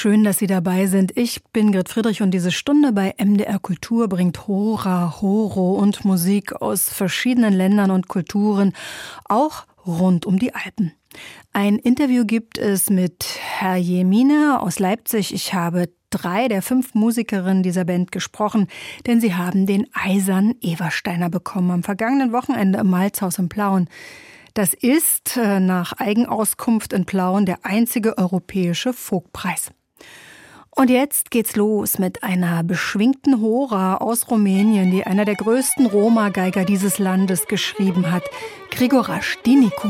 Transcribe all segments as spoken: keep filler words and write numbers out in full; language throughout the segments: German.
Schön, dass Sie dabei sind. Ich bin Grit Friedrich und diese Stunde bei M D R Kultur bringt Hora, Horo und Musik aus verschiedenen Ländern und Kulturen, auch rund um die Alpen. Ein Interview gibt es mit Herr Jemine aus Leipzig. Ich habe drei der fünf Musikerinnen dieser Band gesprochen, denn sie haben den Eisernen Ewersteiner bekommen am vergangenen Wochenende im Malzhaus in Plauen. Das ist nach Eigenauskunft in Plauen der einzige europäische Folkpreis. Und jetzt geht's los mit einer beschwingten Hora aus Rumänien, die einer der größten Roma-Geiger dieses Landes geschrieben hat, Grigoraș Dinicu.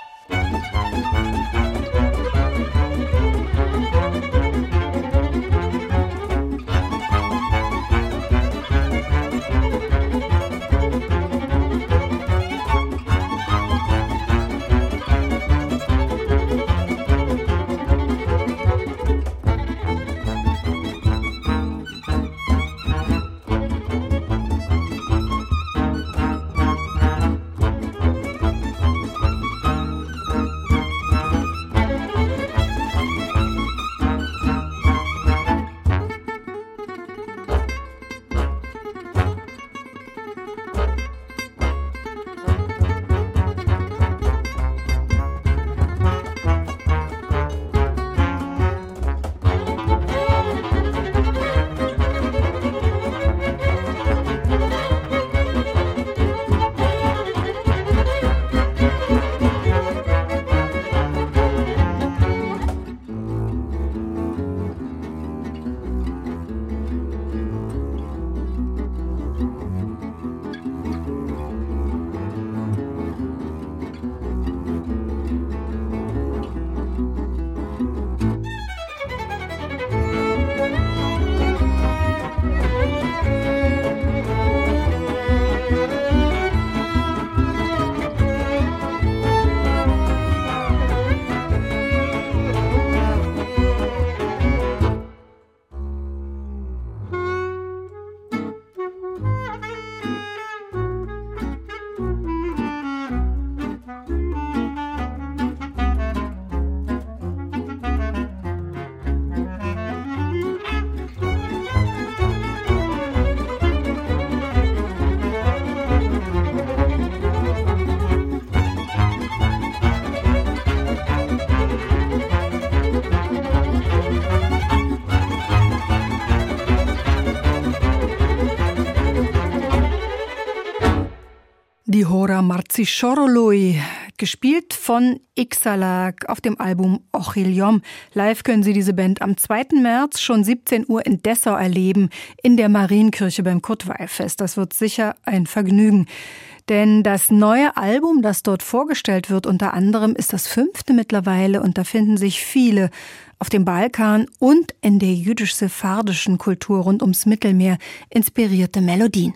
Die Hora Marțișorului, gespielt von Ixalag auf dem Album Ochiliom. Live können Sie diese Band am zweiten März schon siebzehn Uhr in Dessau erleben, in der Marienkirche beim Kurt-Weill-Fest. Das wird sicher ein Vergnügen. Denn das neue Album, das dort vorgestellt wird, unter anderem ist das fünfte mittlerweile und da finden sich viele auf dem Balkan und in der jüdisch-sephardischen Kultur rund ums Mittelmeer inspirierte Melodien.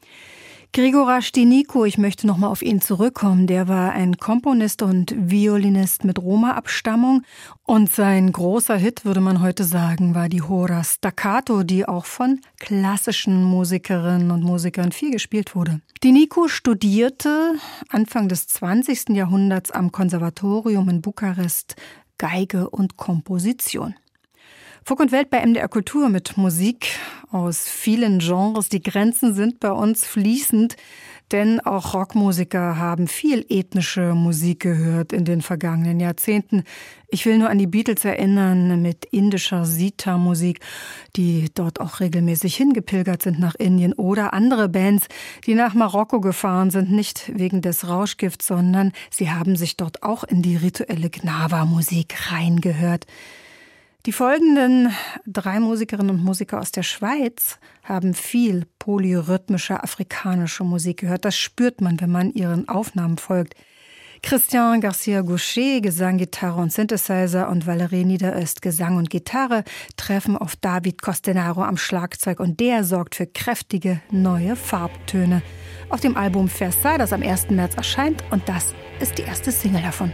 Grigoraș Dinicu, ich möchte nochmal auf ihn zurückkommen, der war ein Komponist und Violinist mit Roma-Abstammung und sein großer Hit, würde man heute sagen, war die Hora Staccato, die auch von klassischen Musikerinnen und Musikern viel gespielt wurde. Dinicu studierte Anfang des zwanzigsten Jahrhunderts am Konservatorium in Bukarest Geige und Komposition. Folk und Welt bei M D R Kultur mit Musik aus vielen Genres. Die Grenzen sind bei uns fließend, denn auch Rockmusiker haben viel ethnische Musik gehört in den vergangenen Jahrzehnten. Ich will nur an die Beatles erinnern mit indischer Sitar-Musik, die dort auch regelmäßig hingepilgert sind nach Indien, oder andere Bands, die nach Marokko gefahren sind, nicht wegen des Rauschgifts, sondern sie haben sich dort auch in die rituelle Gnawa-Musik reingehört. Die folgenden drei Musikerinnen und Musiker aus der Schweiz haben viel polyrhythmische afrikanische Musik gehört. Das spürt man, wenn man ihren Aufnahmen folgt. Christian Garcia-Gaucher, Gesang, Gitarre und Synthesizer, und Valérie Niederöst, Gesang und Gitarre, treffen auf David Costenaro am Schlagzeug und der sorgt für kräftige neue Farbtöne. Auf dem Album Versailles, das am ersten März erscheint, und das ist die erste Single davon.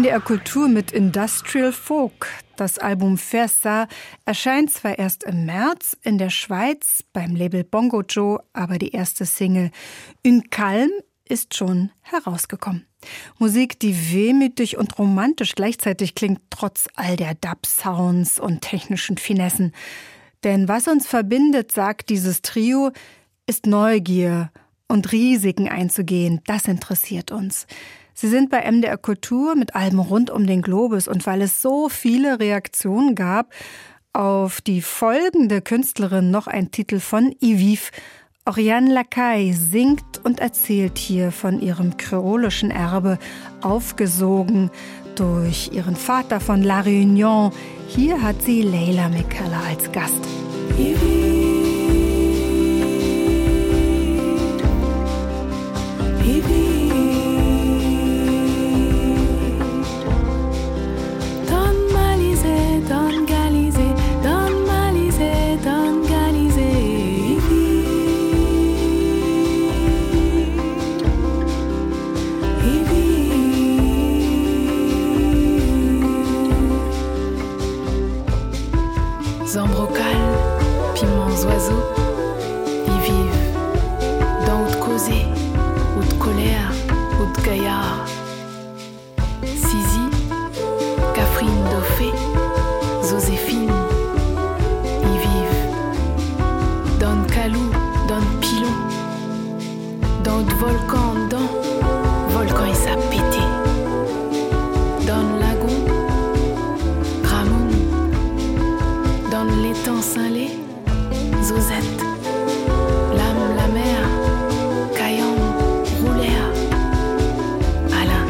D R Kultur mit Industrial Folk. Das Album Versa erscheint zwar erst im März in der Schweiz beim Label Bongo Joe, aber die erste Single Une Calme ist schon herausgekommen. Musik, die wehmütig und romantisch gleichzeitig klingt, trotz all der Dub-Sounds und technischen Finessen. Denn was uns verbindet, sagt dieses Trio, ist Neugier und Risiken einzugehen. Das interessiert uns. Sie sind bei M D R Kultur mit Alben rund um den Globus, und weil es so viele Reaktionen gab auf die folgende Künstlerin, noch ein Titel von Yviv. Oriane Lacaille singt und erzählt hier von ihrem kreolischen Erbe, aufgesogen durch ihren Vater von La Réunion. Hier hat sie Leila McKellar als Gast. Yviv. Zambrocal, piments oiseaux, y vivent dans de causer, ou de colère, ou de gaillard. Sisi, Catherine Dauphin, Joséphine, y vivent dans de calou, dans de pilon, dans de volcan, dans volcan et sa pété, dans le lagon. L'étang Saint-Lé, Zozette, l'âme, la mer, Cayenne, Rouléa, Alain.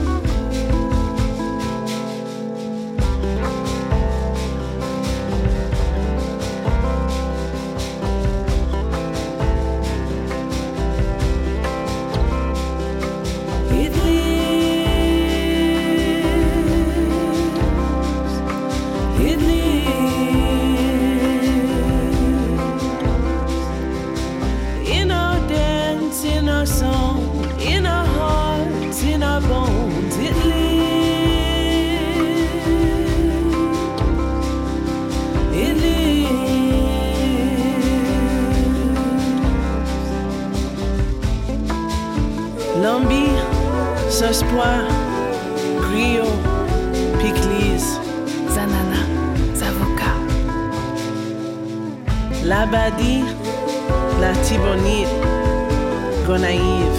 Lambi, Sospoir, Griot, Piclis, Zanana, Zavoka, Labadie, La Tibonite, Gonaïve.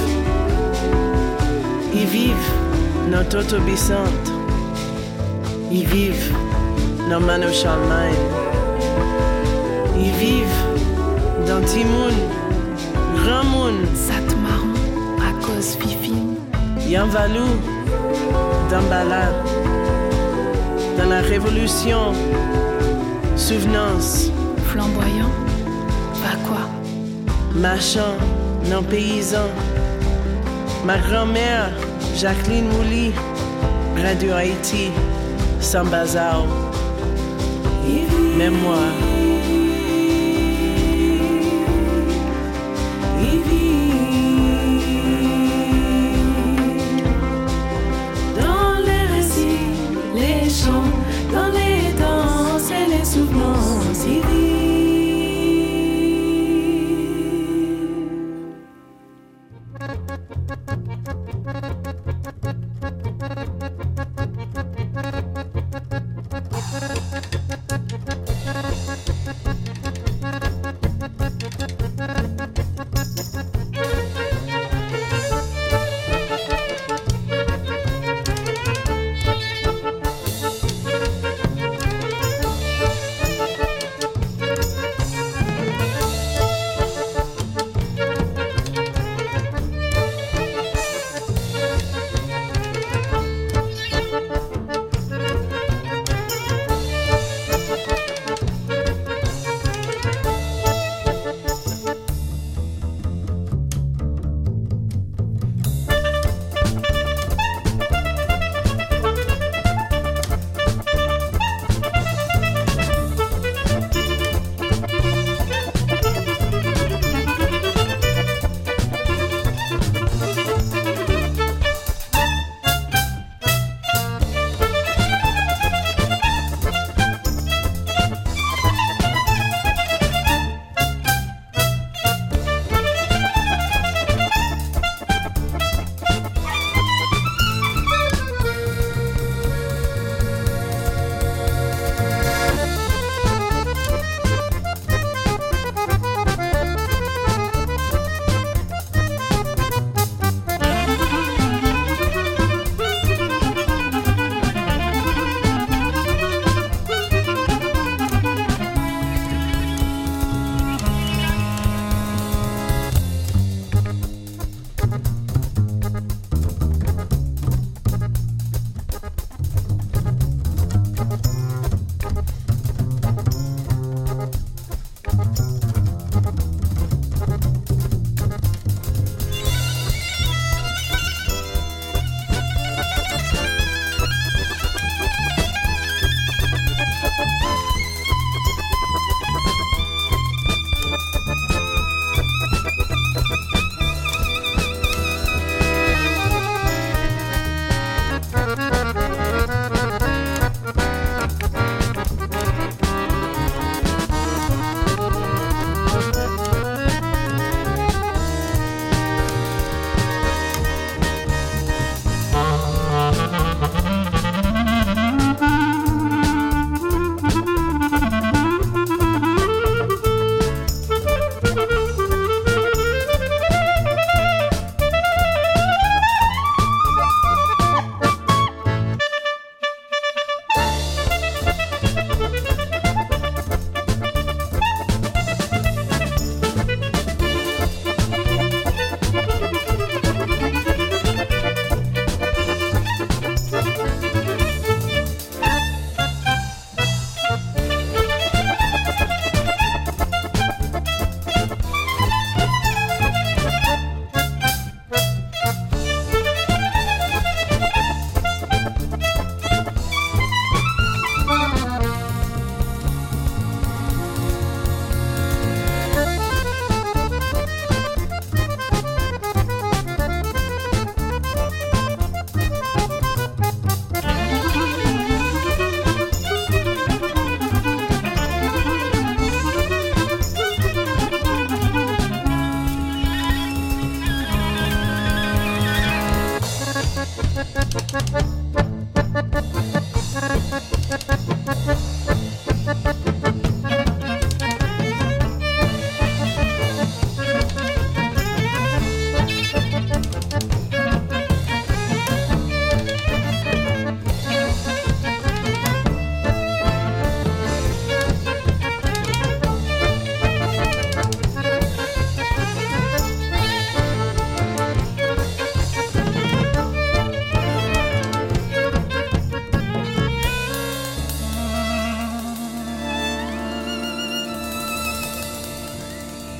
Ils vivent dans Totobissante. Ils vivent dans Mano Charlemagne. Ils vivent dans Timoun, Ramoun, Satmaron, Akos, Fifine, Yanvalou, Dambala. Dans la Révolution, Souvenance, Flamboyant, va quoi? Marchand, non paysan. Ma grand-mère, Jacqueline Mouly, Radio Haïti, sans bazar. Mémoire. Dans les récits, les chants, dans les danses et les souffrances, il vit.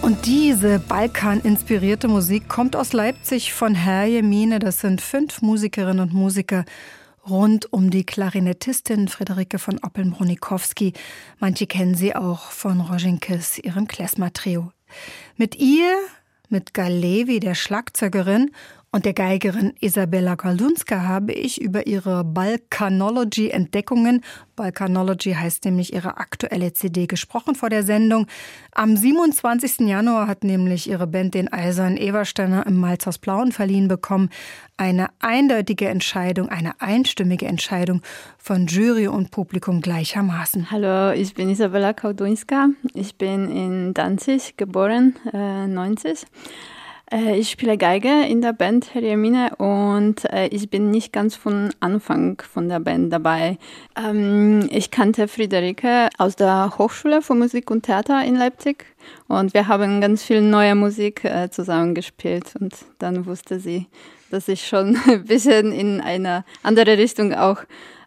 Und diese Balkan-inspirierte Musik kommt aus Leipzig von Herjemine. Das sind fünf Musikerinnen und Musiker rund um die Klarinettistin Friederike von Oppeln-Bronikowski. Manche kennen sie auch von Rožinkis, ihrem Klezmer-Trio. Mit ihr, mit Gal Levi, der Schlagzeugerin, und der Geigerin Isabella Koldunska habe ich über ihre Balkanology-Entdeckungen, Balkanology heißt nämlich ihre aktuelle C D, gesprochen vor der Sendung. Am siebenundzwanzigsten Januar hat nämlich ihre Band den Eisernen Ebersteiner im Malzhaus Plauen verliehen bekommen. Eine eindeutige Entscheidung, eine einstimmige Entscheidung von Jury und Publikum gleichermaßen. Hallo, ich bin Isabella Koldunska. Ich bin in Danzig geboren, äh, neunzig. Ich spiele Geige in der Band Herjemine und ich bin nicht ganz von Anfang von der Band dabei. Ich kannte Friederike aus der Hochschule für Musik und Theater in Leipzig und wir haben ganz viel neue Musik zusammen gespielt und dann wusste sie, dass ich schon ein bisschen in eine andere Richtung auch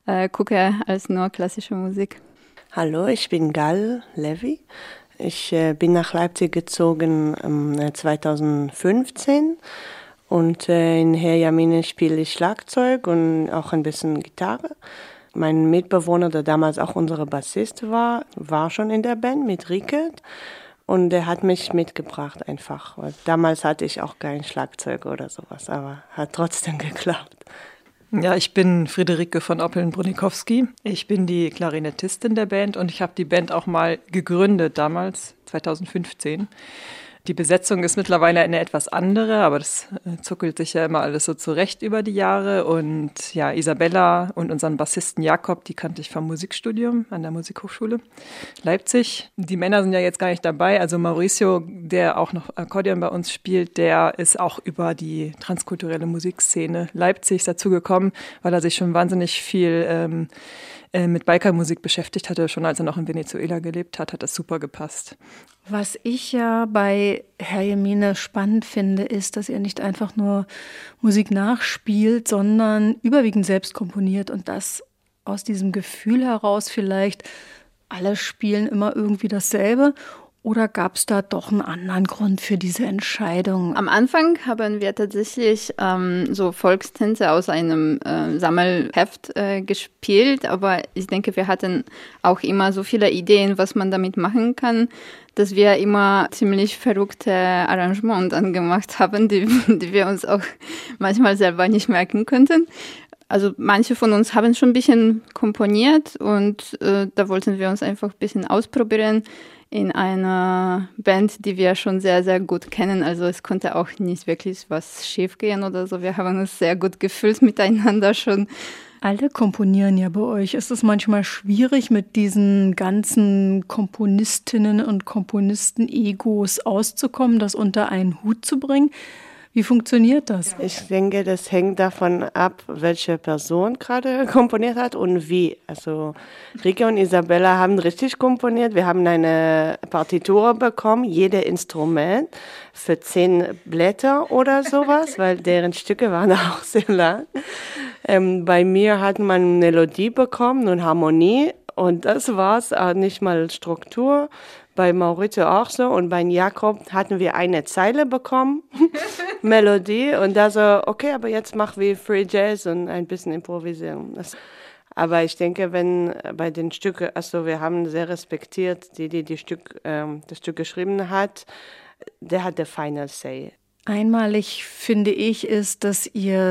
gucke als nur klassische Musik. Hallo, ich bin Gal Levi. Ich äh, bin nach Leipzig gezogen ähm, zweitausendfünfzehn und äh, in Herjemine spiele ich Schlagzeug und auch ein bisschen Gitarre. Mein Mitbewohner, der damals auch unser Bassist war, war schon in der Band mit Rike und er hat mich mitgebracht einfach. Damals hatte ich auch kein Schlagzeug oder sowas, aber hat trotzdem geklappt. Ja, ich bin Friederike von Oppeln-Bronikowski. Ich bin die Klarinettistin der Band und ich habe die Band auch mal gegründet, damals, zweitausendfünfzehn. Die Besetzung ist mittlerweile eine etwas andere, aber das zuckelt sich ja immer alles so zurecht über die Jahre. Und ja, Isabella und unseren Bassisten Jakob, die kannte ich vom Musikstudium an der Musikhochschule Leipzig. Die Männer sind ja jetzt gar nicht dabei. Also Mauricio, der auch noch Akkordeon bei uns spielt, der ist auch über die transkulturelle Musikszene Leipzigs dazugekommen, weil er sich schon wahnsinnig viel ähm, mit Balkanmusik beschäftigt hatte. Schon als er noch in Venezuela gelebt hat, hat das super gepasst. Was ich ja bei Herjemine spannend finde, ist, dass ihr nicht einfach nur Musik nachspielt, sondern überwiegend selbst komponiert und das aus diesem Gefühl heraus vielleicht, alle spielen immer irgendwie dasselbe. Oder gab es da doch einen anderen Grund für diese Entscheidung? Am Anfang haben wir tatsächlich ähm, so Volkstänze aus einem äh, Sammelheft äh, gespielt, aber ich denke, wir hatten auch immer so viele Ideen, was man damit machen kann, dass wir immer ziemlich verrückte Arrangements dann gemacht haben, die, die wir uns auch manchmal selber nicht merken könnten. Also manche von uns haben schon ein bisschen komponiert und äh, da wollten wir uns einfach ein bisschen ausprobieren in einer Band, die wir schon sehr, sehr gut kennen. Also es konnte auch nicht wirklich was schief gehen oder so. Wir haben uns sehr gut gefühlt miteinander schon. Alle komponieren ja bei euch. Ist es manchmal schwierig, mit diesen ganzen Komponistinnen und Komponisten-Egos auszukommen, das unter einen Hut zu bringen? Wie funktioniert das? Ich denke, das hängt davon ab, welche Person gerade komponiert hat und wie. Also Rike und Isabella haben richtig komponiert. Wir haben eine Partitur bekommen, jedes Instrument für zehn Blätter oder sowas, weil deren Stücke waren auch sehr lang. Ähm, bei mir hat man Melodie bekommen und Harmonie und das war's, auch nicht mal Struktur. Bei Mauricio auch so und bei Jakob hatten wir eine Zeile bekommen, Melodie und da so, okay, aber jetzt mach wie Free Jazz und ein bisschen improvisieren. Das, aber ich denke, wenn bei den Stücken, also wir haben sehr respektiert, die, die, die Stück, ähm, das Stück geschrieben hat, der hat the final say. Einmalig, finde ich, ist, dass ihr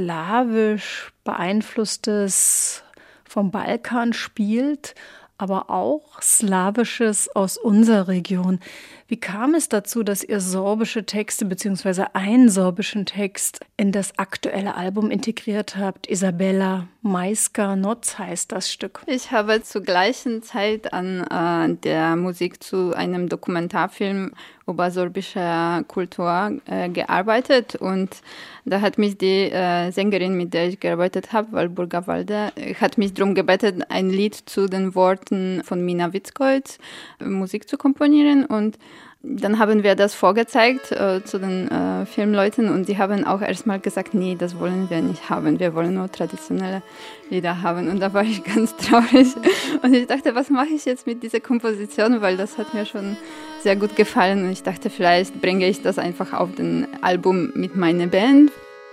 slawisch beeinflusstes vom Balkan spielt, aber auch Slawisches aus unserer Region. Wie kam es dazu, dass ihr sorbische Texte bzw. einen sorbischen Text in das aktuelle Album integriert habt? Isabella, Majska Noc heißt das Stück. Ich habe zur gleichen Zeit an äh, der Musik zu einem Dokumentarfilm über sorbische Kultur äh, gearbeitet und da hat mich die äh, Sängerin, mit der ich gearbeitet habe, Walburga Walde, hat mich darum gebeten, ein Lied zu den Worten wollten von Mina Witzkowitz Musik zu komponieren und dann haben wir das vorgezeigt äh, zu den äh, Filmleuten und die haben auch erstmal gesagt, nee, das wollen wir nicht haben, wir wollen nur traditionelle Lieder haben. Und da war ich ganz traurig und ich dachte, was mache ich jetzt mit dieser Komposition, weil das hat mir schon sehr gut gefallen und ich dachte, vielleicht bringe ich das einfach auf den Album mit meiner Band.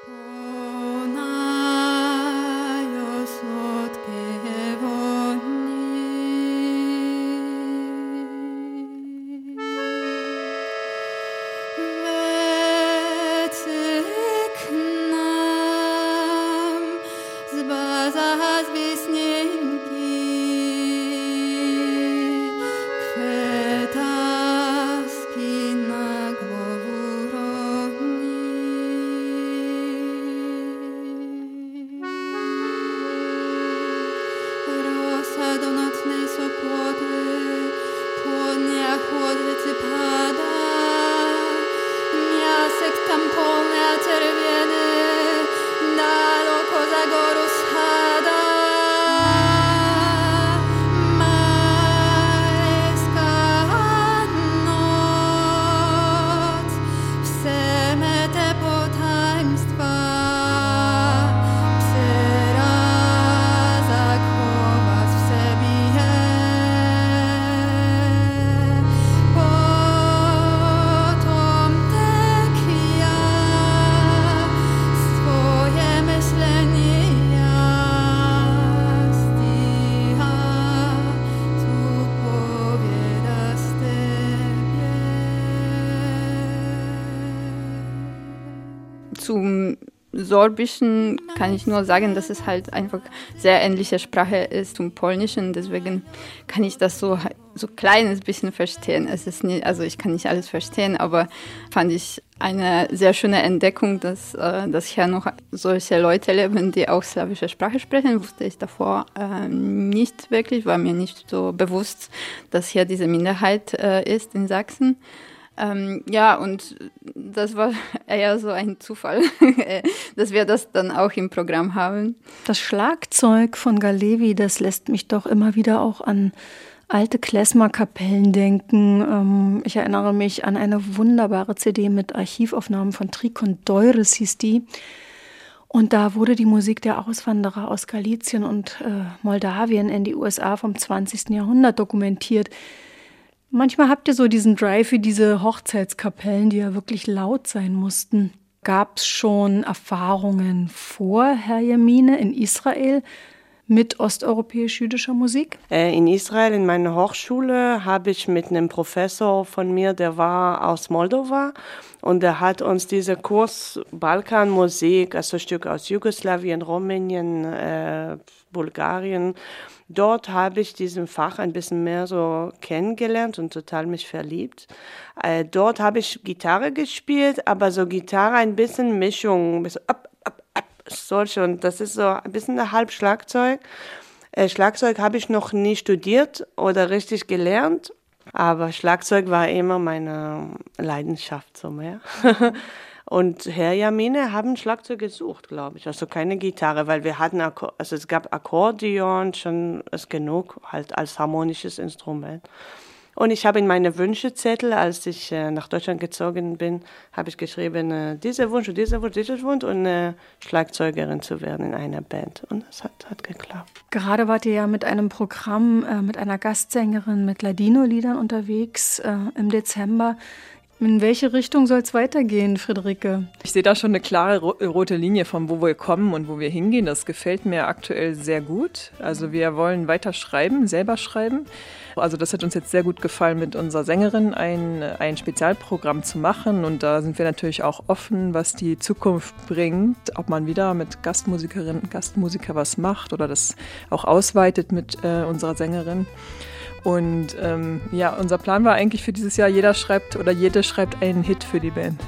Zum Sorbischen kann ich nur sagen, dass es halt einfach sehr ähnliche Sprache ist zum Polnischen. Deswegen kann ich das so so kleines bisschen verstehen. Es ist nicht, also ich kann nicht alles verstehen, aber fand ich eine sehr schöne Entdeckung, dass, äh, dass hier noch solche Leute leben, die auch slawische Sprache sprechen. Wusste ich davor äh, nicht wirklich, war mir nicht so bewusst, dass hier diese Minderheit äh, ist in Sachsen. Ähm, ja, und das war eher so ein Zufall, dass wir das dann auch im Programm haben. Das Schlagzeug von Galevi, das lässt mich doch immer wieder auch an alte Klezmer-Kapellen denken. Ähm, ich erinnere mich an eine wunderbare C D mit Archivaufnahmen von Trikon Deures, hieß die. Und da wurde die Musik der Auswanderer aus Galizien und äh, Moldawien in die U S A vom zwanzigsten Jahrhundert dokumentiert. Manchmal habt ihr so diesen Drive für diese Hochzeitskapellen, die ja wirklich laut sein mussten. Gab es schon Erfahrungen vor Herr Jemine in Israel mit osteuropäisch-jüdischer Musik? In Israel, in meiner Hochschule, habe ich mit einem Professor von mir, der war aus Moldova und der hat uns diesen Kurs Balkanmusik, also Stücke aus Jugoslawien, Rumänien, äh, Bulgarien. Dort habe ich diesen Fach ein bisschen mehr so kennengelernt und total mich verliebt. Äh, dort habe ich Gitarre gespielt, aber so Gitarre ein bisschen Mischung, ein bisschen ab, ab, ab, solche. Und das ist so ein bisschen ein Halbschlagzeug. Äh, Schlagzeug habe ich noch nie studiert oder richtig gelernt, aber Schlagzeug war immer meine Leidenschaft so mehr. Und Herr Jemine haben Schlagzeug gesucht, glaube ich. Also keine Gitarre, weil wir hatten, Akko- also es gab Akkordeon, schon ist genug, halt als harmonisches Instrument. Und ich habe in meine Wünschezettel, als ich äh, nach Deutschland gezogen bin, habe ich geschrieben, äh, dieser Wunsch und dieser Wunsch, dieser Wunsch und äh, Schlagzeugerin zu werden in einer Band. Und das hat, hat geklappt. Gerade wart ihr ja mit einem Programm, äh, mit einer Gastsängerin mit Ladino-Liedern unterwegs äh, im Dezember. In welche Richtung soll es weitergehen, Friederike? Ich sehe da schon eine klare rote Linie von wo wir kommen und wo wir hingehen. Das gefällt mir aktuell sehr gut. Also wir wollen weiter schreiben, selber schreiben. Also das hat uns jetzt sehr gut gefallen, mit unserer Sängerin ein, ein Spezialprogramm zu machen. Und da sind wir natürlich auch offen, was die Zukunft bringt. Ob man wieder mit Gastmusikerinnen, Gastmusiker was macht oder das auch ausweitet mit äh, unserer Sängerin. Und ähm, ja, unser Plan war eigentlich für dieses Jahr, jeder schreibt oder jede schreibt einen Hit für die Band.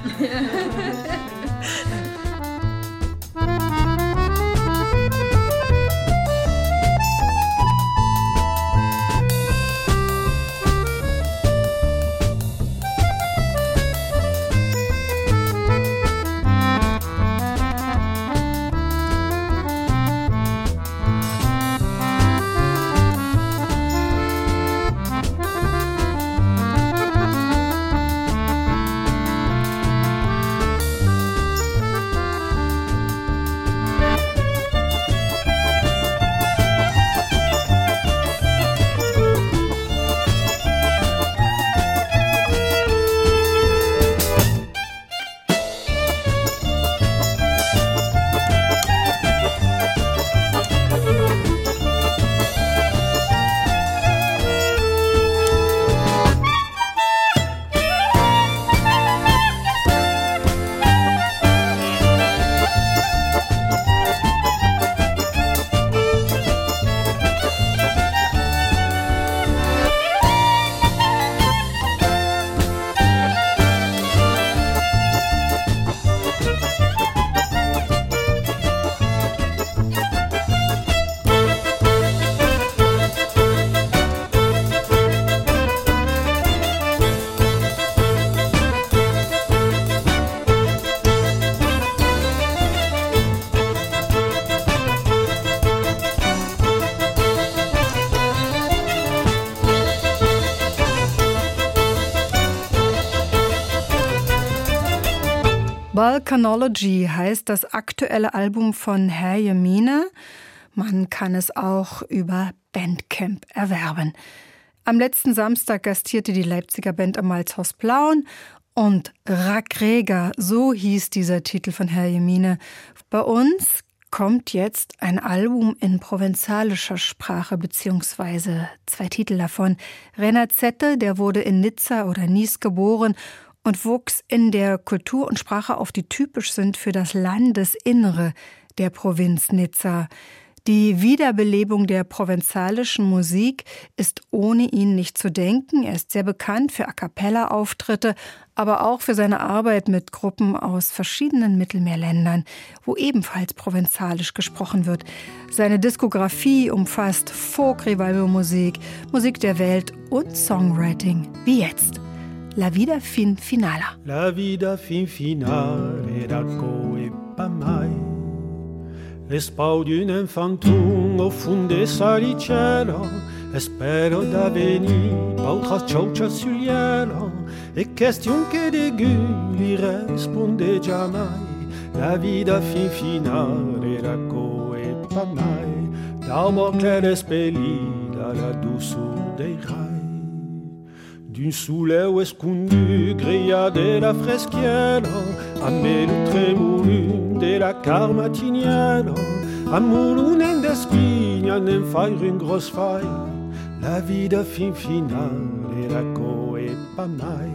Balkanology heißt das aktuelle Album von Herjemine. Man kann es auch über Bandcamp erwerben. Am letzten Samstag gastierte die Leipziger Band am Malzhaus Plauen und Rakrega, so hieß dieser Titel von Herjemine. Bei uns kommt jetzt ein Album in provenzalischer Sprache, beziehungsweise zwei Titel davon. Renazette, der wurde in Nizza oder Nice geboren und wuchs in der Kultur und Sprache auf, die typisch sind für das Landesinnere der Provinz Nizza. Die Wiederbelebung der provenzalischen Musik ist ohne ihn nicht zu denken. Er ist sehr bekannt für A-cappella-Auftritte, aber auch für seine Arbeit mit Gruppen aus verschiedenen Mittelmeerländern, wo ebenfalls provenzalisch gesprochen wird. Seine Diskografie umfasst Folk-Revival-Musik, Musik der Welt und Songwriting, wie jetzt. La vida fin finala. La vida fin finale da e pa mai. Le spau di un enfantun o funde salicero. E spero da venire pautra ciaucia sul ielo. E question che de gulli risponde jamais. La vida fin finale da e pa mai. D'amor che despelida la dulçura dei rai. D'un soleil escondu, grilla de la freschiera, a me le tremolun de la car matiniera, a molunen d'espigna, n'en faire une grosse faille, la vida fin finale, la co e pa mai.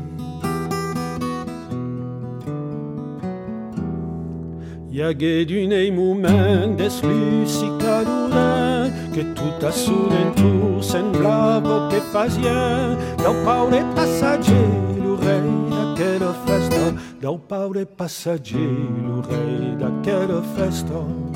Ja geht un ei moment des lucicadura che tutta sull'entour semblava che fazia dal paure passaggero rei d'aquella festa dal paure passaggero rei d'aquella festa.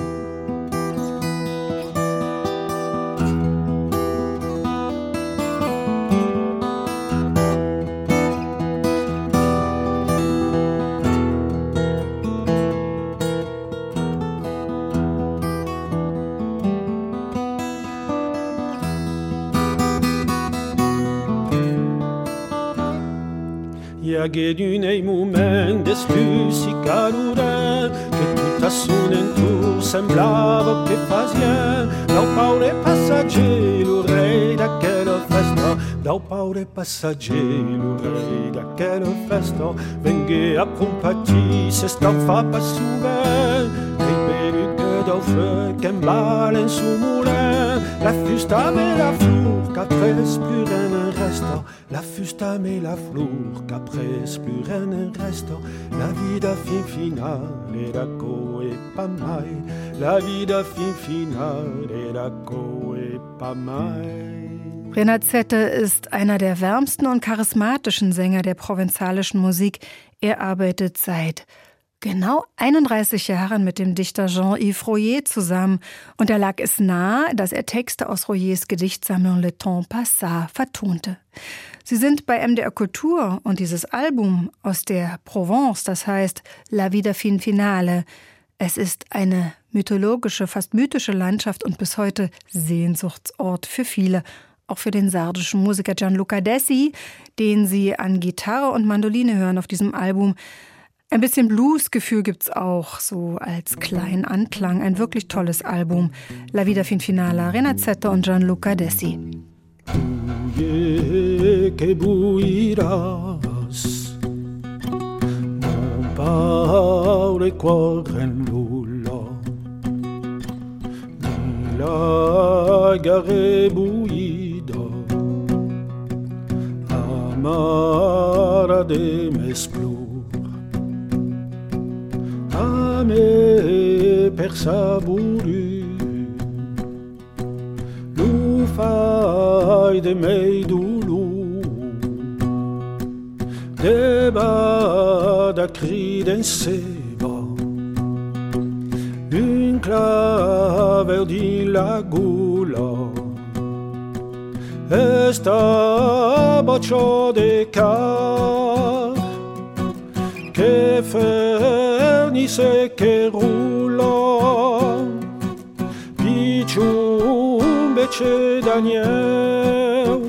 Che d'un ei moment des lucicadura che tutta son entour semblava che fazia dal paure passaggero rei d'aquella festa dal paure passaggero rei d'aquella festa venghe a compagnie se sta fa pas souvent ei perruque dal feu che embalen su moulin la fusta me la fleur qu'après plus rien ne reste la fusta me la fleur qu'après plus rien ne reste la vida fin finale da co e pa mai la vida fin finale da co e pa mai. Renazette ist einer der wärmsten und charismatischen Sänger der provenzalischen Musik. Er arbeitet seit genau einunddreißig Jahren mit dem Dichter Jean-Yves Royer zusammen. Und da lag es nahe, dass er Texte aus Royers Gedichtsammlung Le Temps Passat vertonte. Sie sind bei M D R Kultur und dieses Album aus der Provence, das heißt La Vida Fin Finale. Es ist eine mythologische, fast mythische Landschaft und bis heute Sehnsuchtsort für viele. Auch für den sardischen Musiker Gianluca Dessi, den Sie an Gitarre und Mandoline hören auf diesem Album. Ein bisschen Blues-Gefühl gibt's auch, so als kleinen Anklang. Ein wirklich tolles Album. La Vida Fin Finale, Renazette und Gianluca Dessi. Buie che buiràs, non paure cuore in nulla, ni la gare buida, amara de m'esplor, a me per saburu. Fai de mei dulu Deba da cridenseva Un claver di la gula Esta bacio de car Che fernisse che rulla Picciu C'è Daniel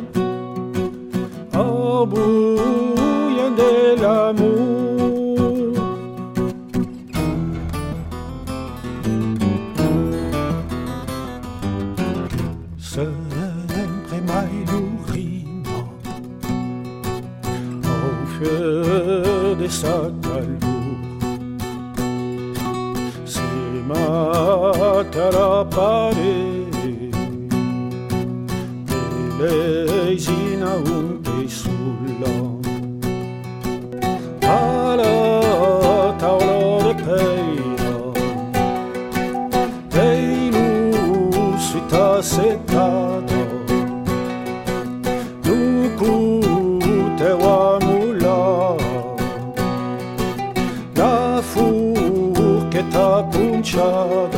au bouillon de l'amour feu de sa calure. Se matara pare leisina un te sulla alla tavola de peira dei lusita setata nuku te wa mula la furchetta punciata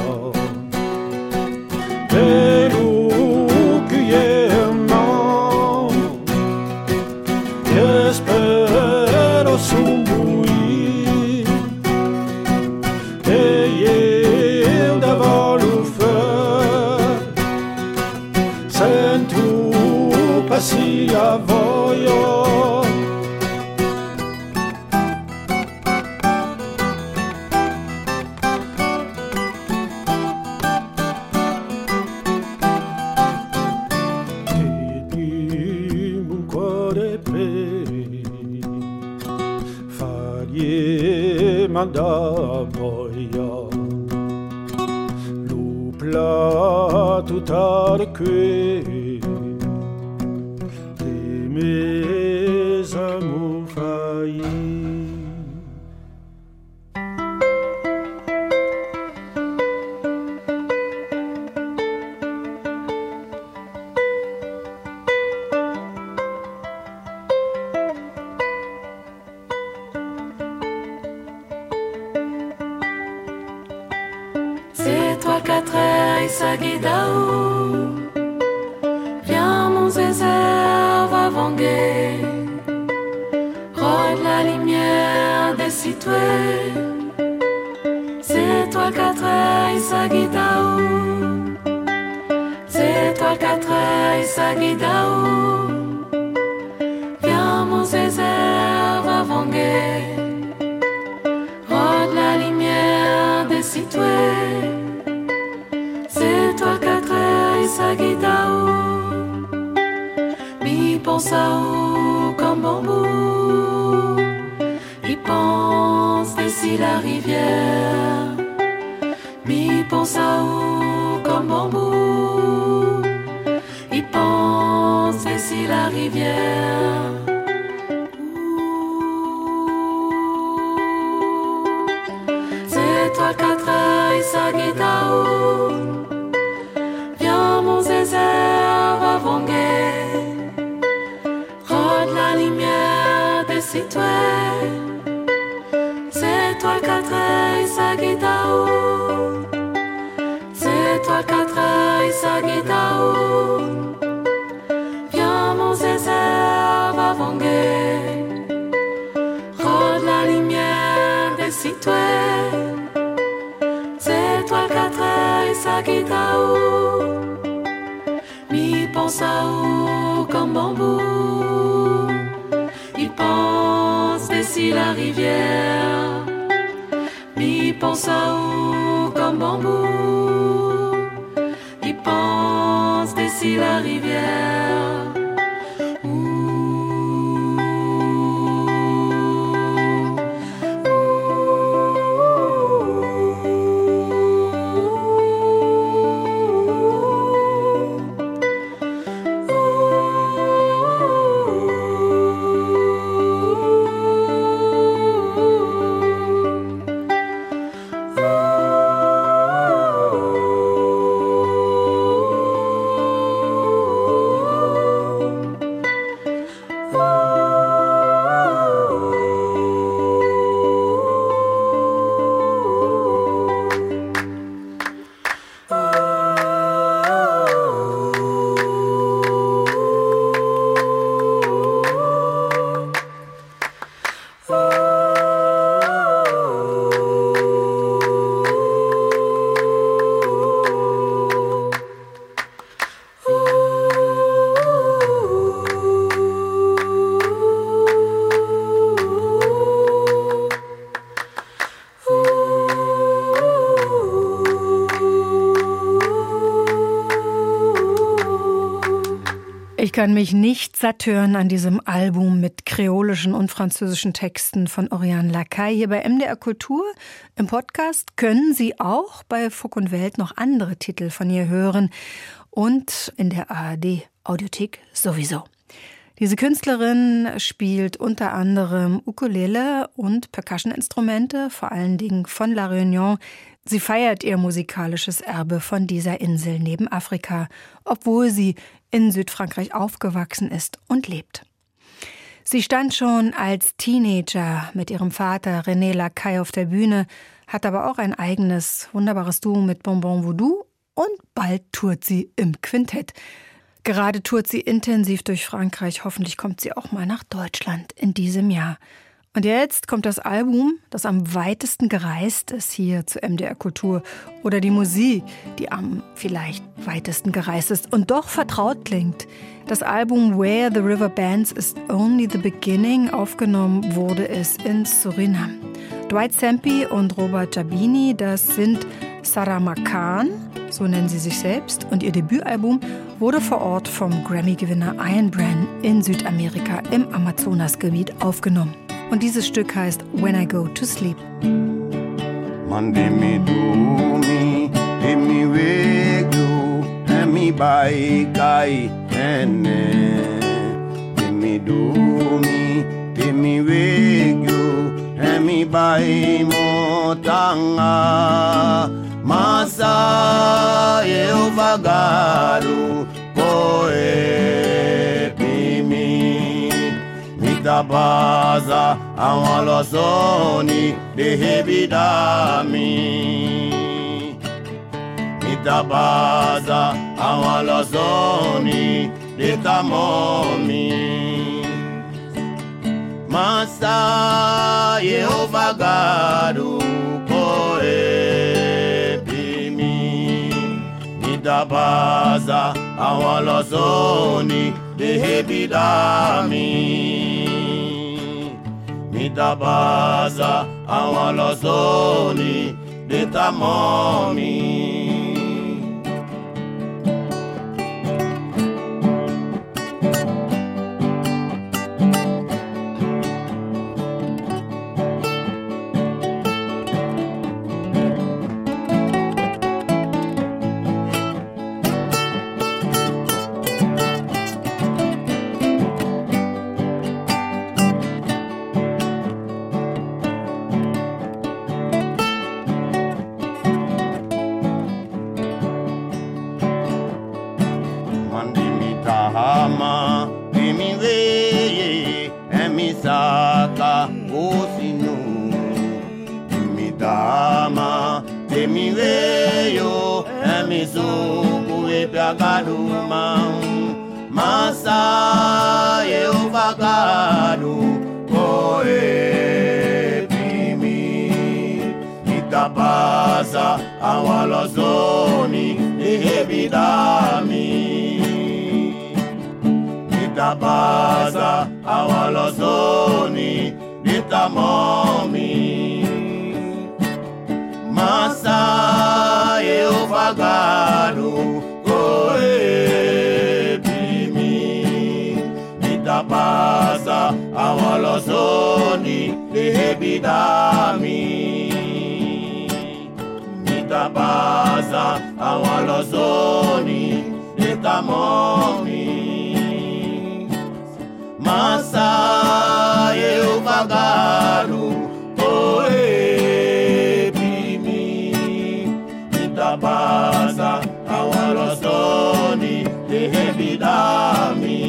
Espero sumbuir e eu davalo fer sen tu passia voglio manda boia lupla tutar que de mes amours faillis. Sagidao, viens mon zézère, va vanguer, rôde la lumière des citoyens. C'est toi quatre œils, Sagidao, c'est toi quatre œils, Sagidao, viens mon zézère, va vanguer, rôde la lumière des citoyens. Sagidao, mi pensao comme bambou, il pense d'ici la rivière. Mi pensao comme bambou, il pense d'ici la rivière. C'est toi quatre œils, Sagidao. Mon zézère va vanguer, rôde la lumière des citoyens. C'est toi quatre œils, Sagidao, c'est toi quatre œils, Sagidao. Viens mon zézère va vanguer, rôde la lumière des citoyens. C'est toi quatre œils, Sagidao. Mi pensao comme bambou, il pense d'ici la rivière. Mi pensao comme bambou, il pense d'ici la rivière. Oh kann mich nicht satt hören an diesem Album mit kreolischen und französischen Texten von Oriane Lacaille hier bei M D R Kultur. Im Podcast können Sie auch bei Funk und Welt noch andere Titel von ihr hören und in der A R D Audiothek sowieso. Diese Künstlerin spielt unter anderem Ukulele und Percussion-Instrumente, vor allen Dingen von La Réunion. Sie feiert ihr musikalisches Erbe von dieser Insel neben Afrika, obwohl sie in Südfrankreich aufgewachsen ist und lebt. Sie stand schon als Teenager mit ihrem Vater René Lacaille auf der Bühne, hat aber auch ein eigenes, wunderbares Duo mit Bonbon Voodoo und bald tourt sie im Quintett. Gerade tourt sie intensiv durch Frankreich, hoffentlich kommt sie auch mal nach Deutschland in diesem Jahr. Und jetzt kommt das Album, das am weitesten gereist ist hier zu M D R Kultur. Oder die Musik, die am vielleicht weitesten gereist ist und doch vertraut klingt. Das Album Where the River Bends ist Only the Beginning. Aufgenommen wurde es in Suriname. Dwight Sampi und Robert Jabini, das sind Saramakan, so nennen sie sich selbst. Und ihr Debütalbum wurde vor Ort vom Grammy-Gewinner Ian Bran in Südamerika im Amazonasgebiet aufgenommen. Und dieses Stück heißt When I Go to Sleep. Monday me do me, give me wake you, and me by guy, and give me do me, give me wake you, and me by motanga, masa eu vagaro, poe pimi. Da baza awalosoni de hebidami. Da baza awalosoni de tamomi. Masa Yehova gadu koe pimi. Da baza awalosoni de hebidami. Mitabaza awalosoni de tamomi. Masa Yehova gadu koe pimi. Itabaza awalosoni ehebidami. Itabaza awalosoni itamomi. Masa Yehova gadu Mitabaza awalosoni dehebidami. Mitabaza awalosoni detamomi. Masa Yehova gadu koe pimi. Mitabaza awalosoni dehebidami.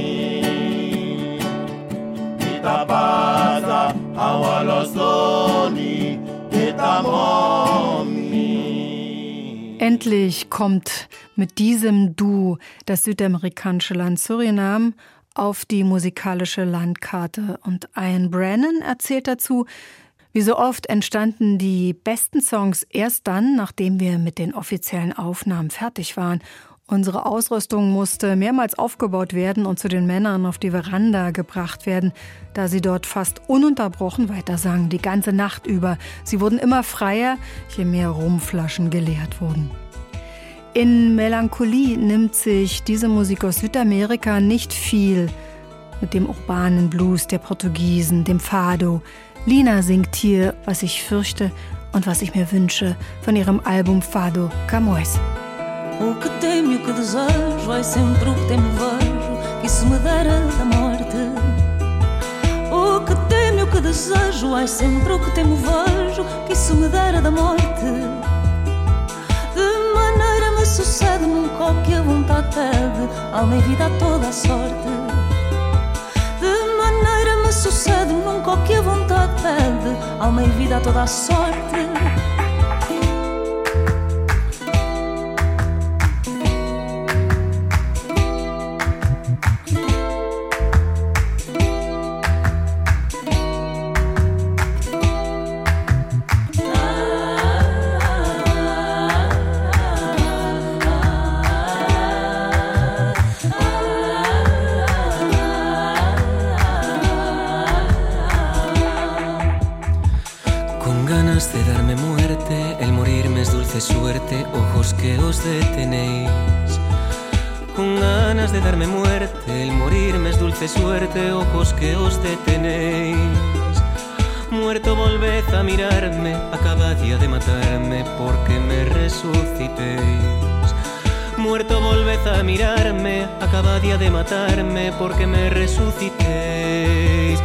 Mitabaza awalosoni detamomi. Endlich kommt mit diesem Duo das südamerikanische Land Suriname auf die musikalische Landkarte. Und Ian Brennan erzählt dazu, wie so oft entstanden die besten Songs erst dann, nachdem wir mit den offiziellen Aufnahmen fertig waren. Unsere Ausrüstung musste mehrmals aufgebaut werden und zu den Männern auf die Veranda gebracht werden, da sie dort fast ununterbrochen weitersangen, die ganze Nacht über. Sie wurden immer freier, je mehr Rumflaschen geleert wurden. In Melancholie nimmt sich diese Musik aus Südamerika nicht viel mit dem urbanen Blues der Portugiesen, dem Fado. Lina singt hier, was ich fürchte und was ich mir wünsche, von ihrem Album Fado Camões. O que temo e o que desejo é sempre o que temo vejo, que isso me dera da morte. O que temo e o que desejo é sempre o que temo vejo, que isso me dera da morte. De maneira me sucede nunca o que a vontade pede, alma e vida a toda a sorte. De maneira me sucede nunca o que a vontade pede, alma e vida a toda a sorte. Suerte, ojos que os detenéis. Con ganas de darme muerte, el morirme es dulce suerte, ojos que os detenéis. Muerto volved a mirarme, acabadía de matarme porque me resucitéis. Muerto volved a mirarme, acabadía de matarme porque me resucitéis.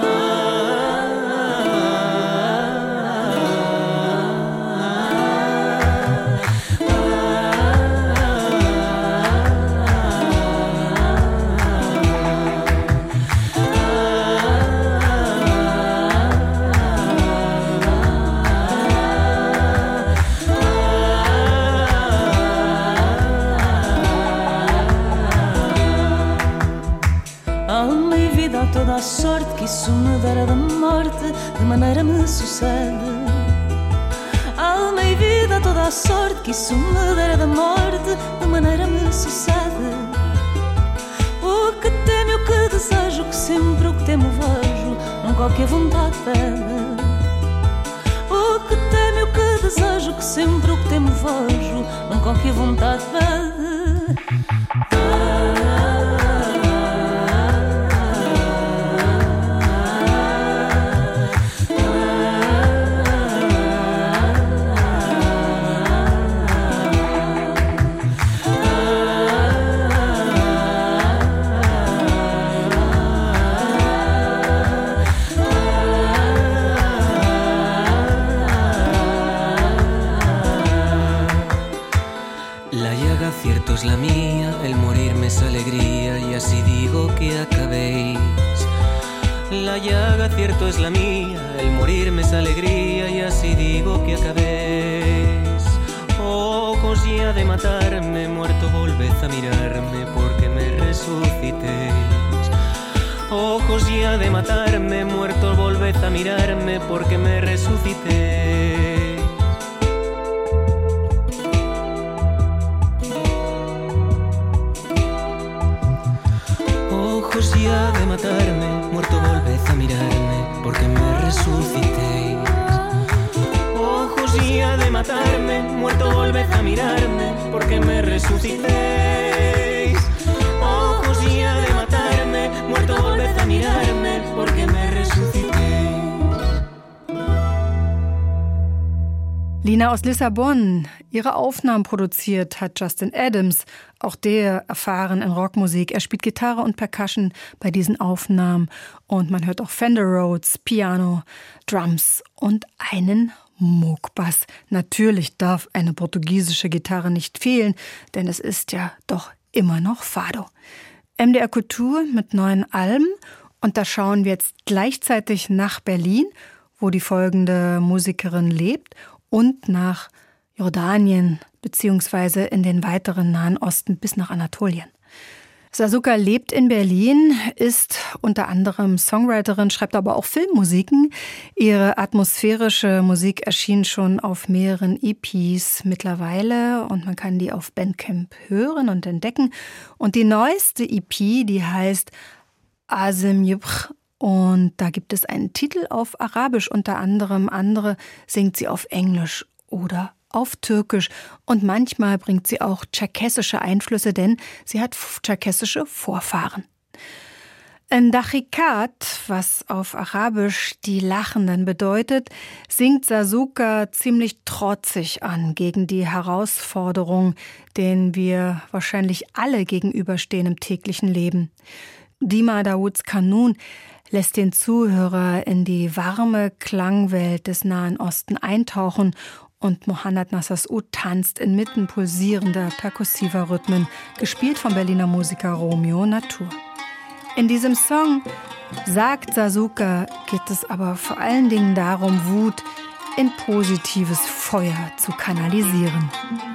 Toda a sorte que isso me dera da morte, de maneira me sucede. Alma e vida, toda a sorte que isso me dera da morte, de maneira me sucede. O que temo e o que desejo, que sempre o que temo vejo, não qualquer vontade pede. O que temo e o que desejo, que sempre o que temo vejo, não qualquer vontade pede. Cierto es la mía, el morirme es alegría y así digo que acabéis. La llaga cierto es la mía, el morirme es alegría y así digo que acabéis. Ojos ya de matarme, muerto volved a mirarme porque me resucitéis. Ojos ya de matarme, muerto volved a mirarme porque me resucitéis. Ojos ya de matarme, muerto volved a mirarme porque me resucitéis. Ojos ya de matarme, muerto volved a mirarme porque me resucitéis. Ojos ya de matarme, muerto volved a mirarme porque me resucitéis. Lina aus Lissabon. Ihre Aufnahmen produziert hat Justin Adams, auch der erfahren in Rockmusik. Er spielt Gitarre und Percussion bei diesen Aufnahmen und man hört auch Fender Rhodes, Piano, Drums und einen Moog-Bass. Natürlich darf eine portugiesische Gitarre nicht fehlen, denn es ist ja doch immer noch Fado. M D R Kultur mit neuen Alben und da schauen wir jetzt gleichzeitig nach Berlin, wo die folgende Musikerin lebt, und nach Jordanien beziehungsweise in den weiteren Nahen Osten bis nach Anatolien. Sasuka lebt in Berlin, ist unter anderem Songwriterin, schreibt aber auch Filmmusiken. Ihre atmosphärische Musik erschien schon auf mehreren E Ps mittlerweile und man kann die auf Bandcamp hören und entdecken. Und die neueste E P, die heißt Azem Yibr. Und da gibt es einen Titel auf Arabisch, unter anderem andere singt sie auf Englisch oder auf Türkisch und manchmal bringt sie auch tscherkessische Einflüsse, denn sie hat tscherkessische Vorfahren. Ein Dachikat, was auf Arabisch die Lachenden bedeutet, singt Sasuka ziemlich trotzig an gegen die Herausforderung, denen wir wahrscheinlich alle gegenüberstehen im täglichen Leben. Dima Daouds Kanun lässt den Zuhörer in die warme Klangwelt des Nahen Osten eintauchen und Mohammad Nassas-Ud tanzt inmitten pulsierender, perkussiver Rhythmen, gespielt vom Berliner Musiker Romeo Natur. In diesem Song, sagt Sasuka, geht es aber vor allen Dingen darum, Wut in positives Feuer zu kanalisieren.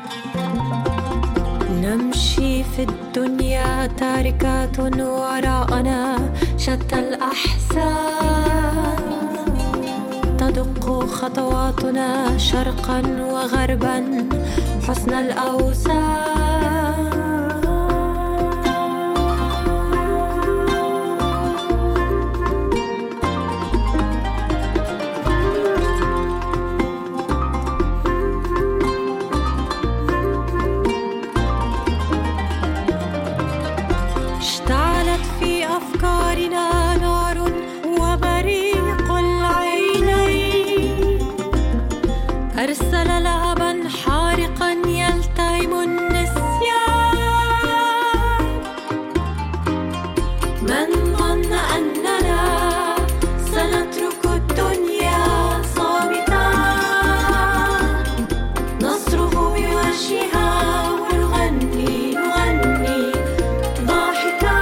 نمشي في الدنيا تاركات وراءنا شتى الأحزان تدق خطواتنا شرقا وغربا حسن الأوزان نار وبريق العينين أرسل لهبا حارقا يلتئم النسيان من ظن أننا سنترك الدنيا صامتا نصرخ بوجهها ونغني نغني ضاحكا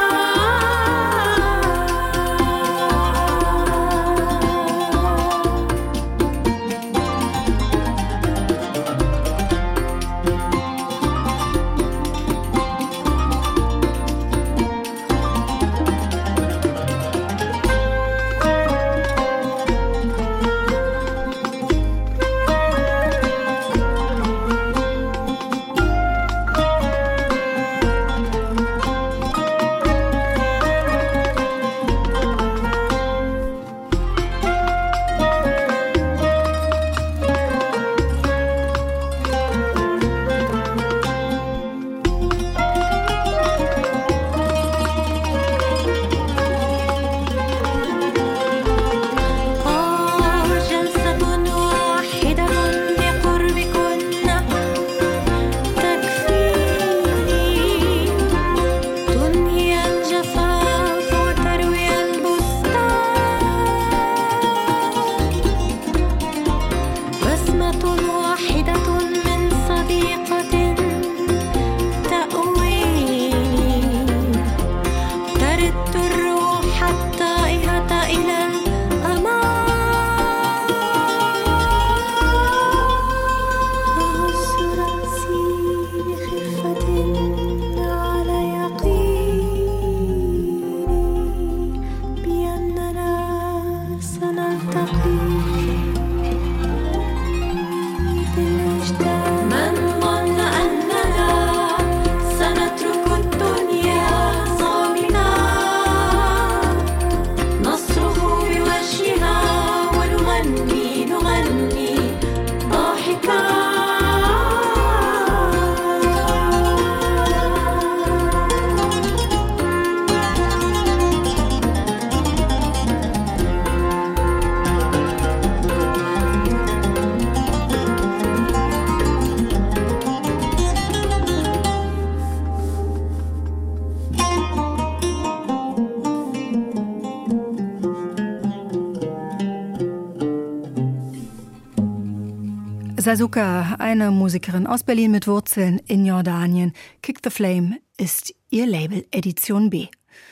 Sasuka, eine Musikerin aus Berlin mit Wurzeln in Jordanien. Kick the Flame ist ihr Label, Edition B.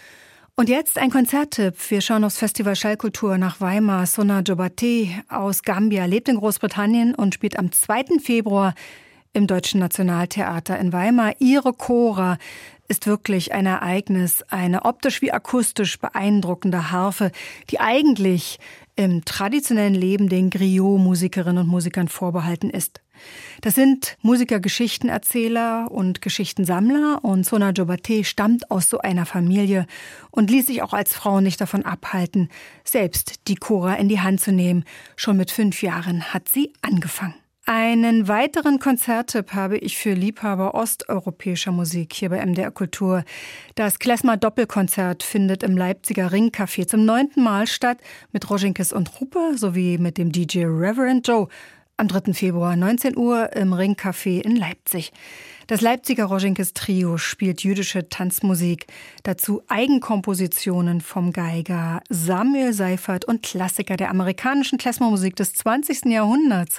Und jetzt ein Konzerttipp. Wir schauen aufs Festival Schallkultur nach Weimar. Sona Jobate aus Gambia lebt in Großbritannien und spielt am zweiten Februar im Deutschen Nationaltheater in Weimar. Ihre Chora ist wirklich ein Ereignis, eine optisch wie akustisch beeindruckende Harfe, die eigentlich im traditionellen Leben den Griot-Musikerinnen und Musikern vorbehalten ist. Das sind Musiker, Geschichtenerzähler und Geschichtensammler, und Sona Jobate stammt aus so einer Familie und ließ sich auch als Frau nicht davon abhalten, selbst die Chora in die Hand zu nehmen. Schon mit fünf Jahren hat sie angefangen. Einen weiteren Konzerttipp habe ich für Liebhaber osteuropäischer Musik hier bei M D R Kultur. Das Klezmer-Doppelkonzert findet im Leipziger Ringcafé zum neunten Mal statt mit Rožinkis und Ruppe sowie mit dem D J Reverend Joe am dritten Februar neunzehn Uhr im Ringcafé in Leipzig. Das Leipziger Rožinkis Trio spielt jüdische Tanzmusik, dazu Eigenkompositionen vom Geiger Samuel Seifert und Klassiker der amerikanischen Klezmermusik des zwanzigsten Jahrhunderts.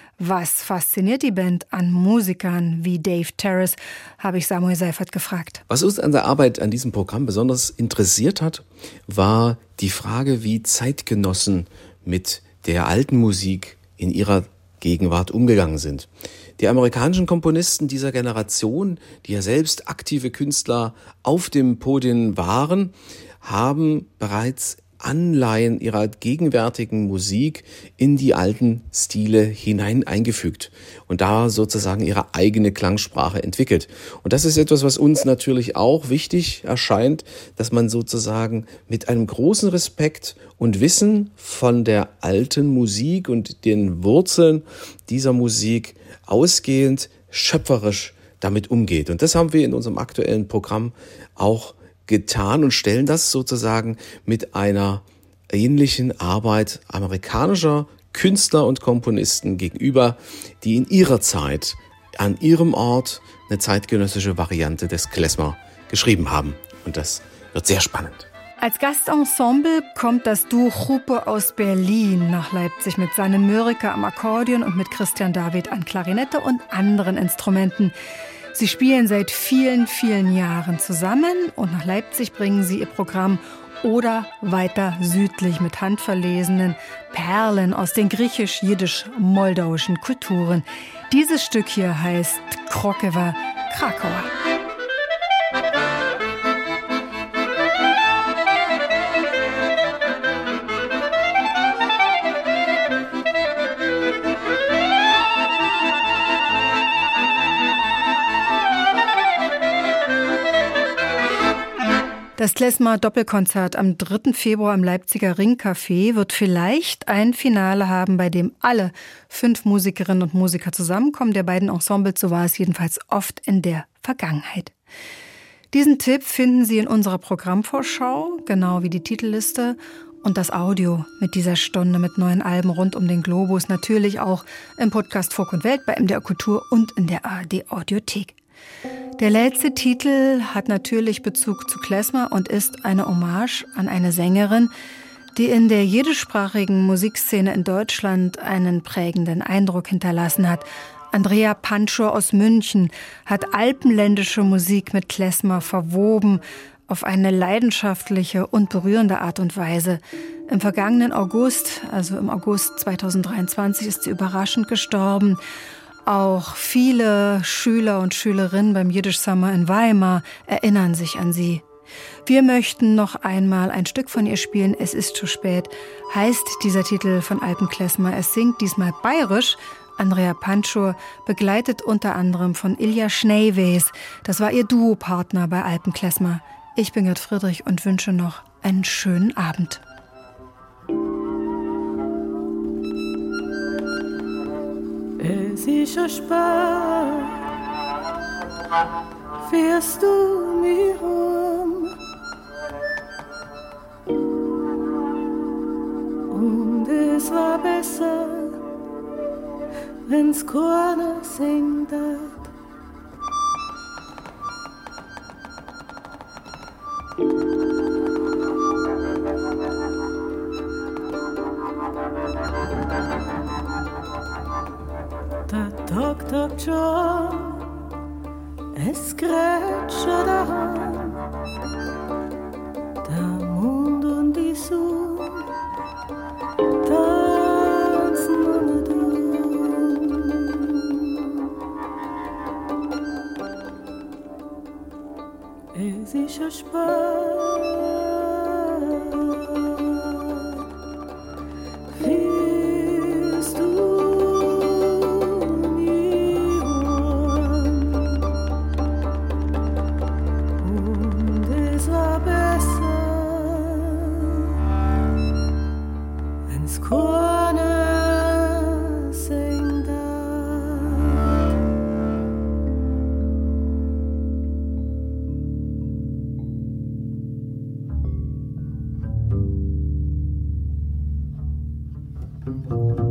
Was fasziniert die Band an Musikern wie Dave Terrace, habe ich Samuel Seifert gefragt. Was uns an der Arbeit an diesem Programm besonders interessiert hat, war die Frage, wie Zeitgenossen mit der alten Musik in ihrer Gegenwart umgegangen sind. Die amerikanischen Komponisten dieser Generation, die ja selbst aktive Künstler auf dem Podium waren, haben bereits Anleihen ihrer gegenwärtigen Musik in die alten Stile hinein eingefügt und da sozusagen ihre eigene Klangsprache entwickelt. Und das ist etwas, was uns natürlich auch wichtig erscheint, dass man sozusagen mit einem großen Respekt und Wissen von der alten Musik und den Wurzeln dieser Musik ausgehend schöpferisch damit umgeht. Und das haben wir in unserem aktuellen Programm auch getan und stellen das sozusagen mit einer ähnlichen Arbeit amerikanischer Künstler und Komponisten gegenüber, die in ihrer Zeit an ihrem Ort eine zeitgenössische Variante des Klezmer geschrieben haben. Und das wird sehr spannend. Als Gastensemble kommt das Duo Ruppe aus Berlin nach Leipzig mit Sanne Mörike am Akkordeon und mit Christian David an Klarinette und anderen Instrumenten. Sie spielen seit vielen, vielen Jahren zusammen und nach Leipzig bringen sie ihr Programm oder weiter südlich mit handverlesenen Perlen aus den griechisch-jiddisch-moldauischen Kulturen. Dieses Stück hier heißt Krokewa Krakauer. Das Klezmer-Doppelkonzert am dritten Februar im Leipziger Ringcafé wird vielleicht ein Finale haben, bei dem alle fünf Musikerinnen und Musiker zusammenkommen, der beiden Ensembles, so war es jedenfalls oft in der Vergangenheit. Diesen Tipp finden Sie in unserer Programmvorschau, genau wie die Titelliste und das Audio mit dieser Stunde mit neuen Alben rund um den Globus, natürlich auch im Podcast Folk und Welt bei M D R Kultur und in der A R D Audiothek. Der letzte Titel hat natürlich Bezug zu Klezmer und ist eine Hommage an eine Sängerin, die in der jiddischsprachigen Musikszene in Deutschland einen prägenden Eindruck hinterlassen hat. Andrea Panschur aus München hat alpenländische Musik mit Klezmer verwoben, auf eine leidenschaftliche und berührende Art und Weise. Im vergangenen August, also im August zweitausenddreiundzwanzig, ist sie überraschend gestorben. Auch viele Schüler und Schülerinnen beim Yiddish Summer in Weimar erinnern sich an sie. Wir möchten noch einmal ein Stück von ihr spielen. Es ist zu spät, heißt dieser Titel von Alpenklezmer. Es singt diesmal bayerisch. Andrea Panschur, begleitet unter anderem von Ilja Schneiwees. Das war ihr Duopartner bei Alpenklezmer. Ich bin Gerd Friedrich und wünsche noch einen schönen Abend. Es ist schon spät, fährst du mich um und es war besser, wenn's keiner singt hat. Der Doktor John, es grätscht daheim, der Mond und die Sonne tanzen um und um. Es ist schon spät. Corner sing down. Thank you.